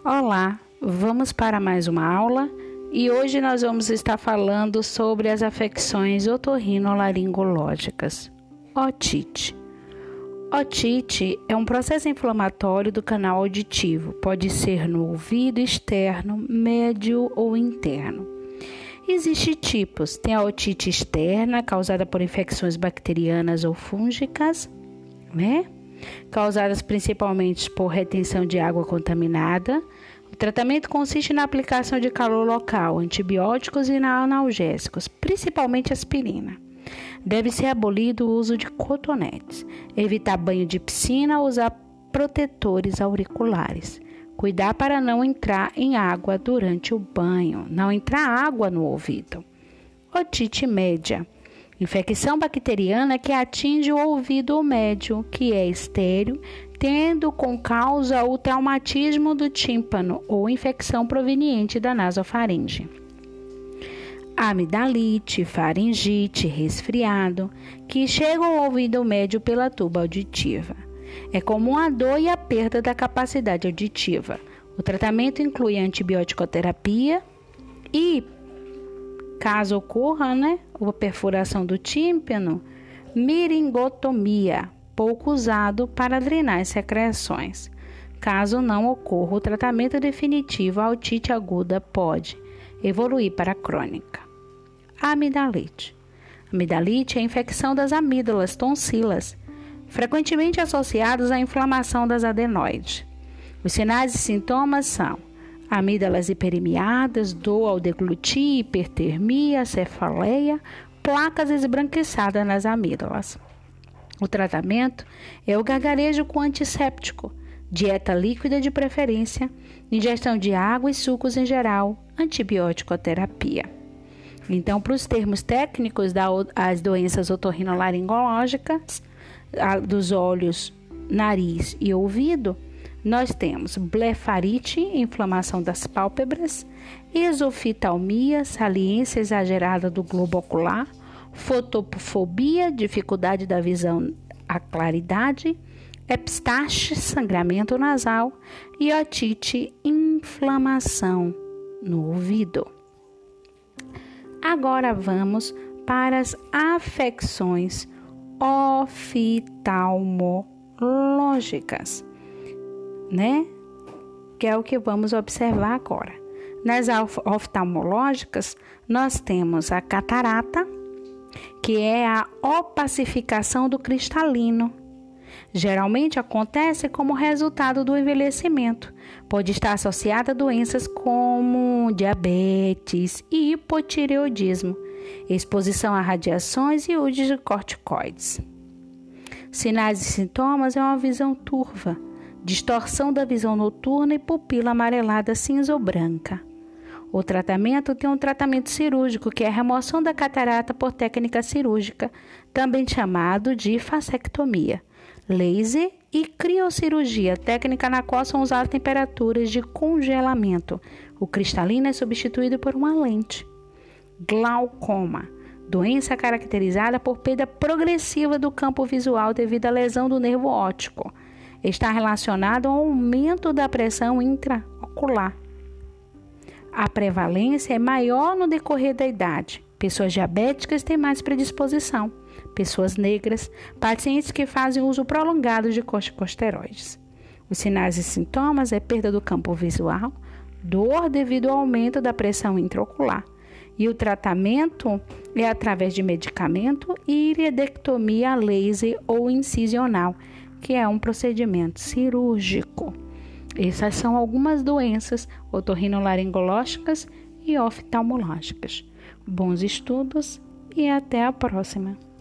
Olá, vamos para mais uma aula e hoje nós vamos estar falando sobre as afecções otorrinolaringológicas. Otite. Otite é um processo inflamatório do canal auditivo, pode ser no ouvido externo, médio ou interno. Existem tipos, tem a otite externa, causada por infecções bacterianas ou fúngicas, causadas principalmente por retenção de água contaminada. O tratamento consiste na aplicação de calor local, antibióticos e analgésicos, principalmente aspirina. Deve ser abolido o uso de cotonetes, evitar banho de piscina, usar protetores auriculares, cuidar para não entrar em água durante o banho, não entrar água no ouvido. Otite média. Infecção bacteriana que atinge o ouvido médio, que é estéril, tendo como causa o traumatismo do tímpano ou infecção proveniente da nasofaringe. Amidalite, faringite, resfriado, que chega ao ouvido médio pela tuba auditiva. É comum a dor e a perda da capacidade auditiva. O tratamento inclui antibioticoterapia e, caso ocorra, a perfuração do tímpano, miringotomia, pouco usado para drenar as secreções. Caso não ocorra o tratamento definitivo, a otite aguda pode evoluir para crônica. Amidalite. Amidalite é a infecção das amígdalas, tonsilas, frequentemente associados à inflamação das adenoides. Os sinais e sintomas são amígdalas hiperemiadas, dor ao deglutir, hipertermia, cefaleia, placas esbranquiçadas nas amígdalas. O tratamento é o gargarejo com antisséptico, dieta líquida de preferência, ingestão de água e sucos em geral, antibiótico-terapia. Então, para os termos técnicos das doenças otorrinolaringológicas, dos olhos, nariz e ouvido, nós temos blefarite, inflamação das pálpebras, exoftalmia, saliência exagerada do globo ocular, fotofobia, dificuldade da visão à claridade, epistaxe, sangramento nasal e otite, inflamação no ouvido. Agora vamos para as afecções oftalmológicas, que é o que vamos observar agora. Nas oftalmológicas, nós temos a catarata, que é a opacificação do cristalino. Geralmente acontece como resultado do envelhecimento. Pode estar associada a doenças como diabetes e hipotireoidismo, exposição a radiações e uso de corticoides. Sinais e sintomas é uma visão turva, distorção da visão noturna e pupila amarelada cinza ou branca. O tratamento tem um tratamento cirúrgico, que é a remoção da catarata por técnica cirúrgica, também chamado de fasectomia, laser e criocirurgia, técnica na qual são usadas temperaturas de congelamento. O cristalino é substituído por uma lente. Glaucoma, doença caracterizada por perda progressiva do campo visual devido à lesão do nervo óptico. Está relacionado ao aumento da pressão intraocular. A prevalência é maior no decorrer da idade. Pessoas diabéticas têm mais predisposição. Pessoas negras, pacientes que fazem uso prolongado de corticosteroides. Os sinais e sintomas é perda do campo visual, dor devido ao aumento da pressão intraocular. E o tratamento é através de medicamento e iriidectomia laser ou incisional, que é um procedimento cirúrgico. Essas são algumas doenças otorrinolaringológicas e oftalmológicas. Bons estudos e até a próxima!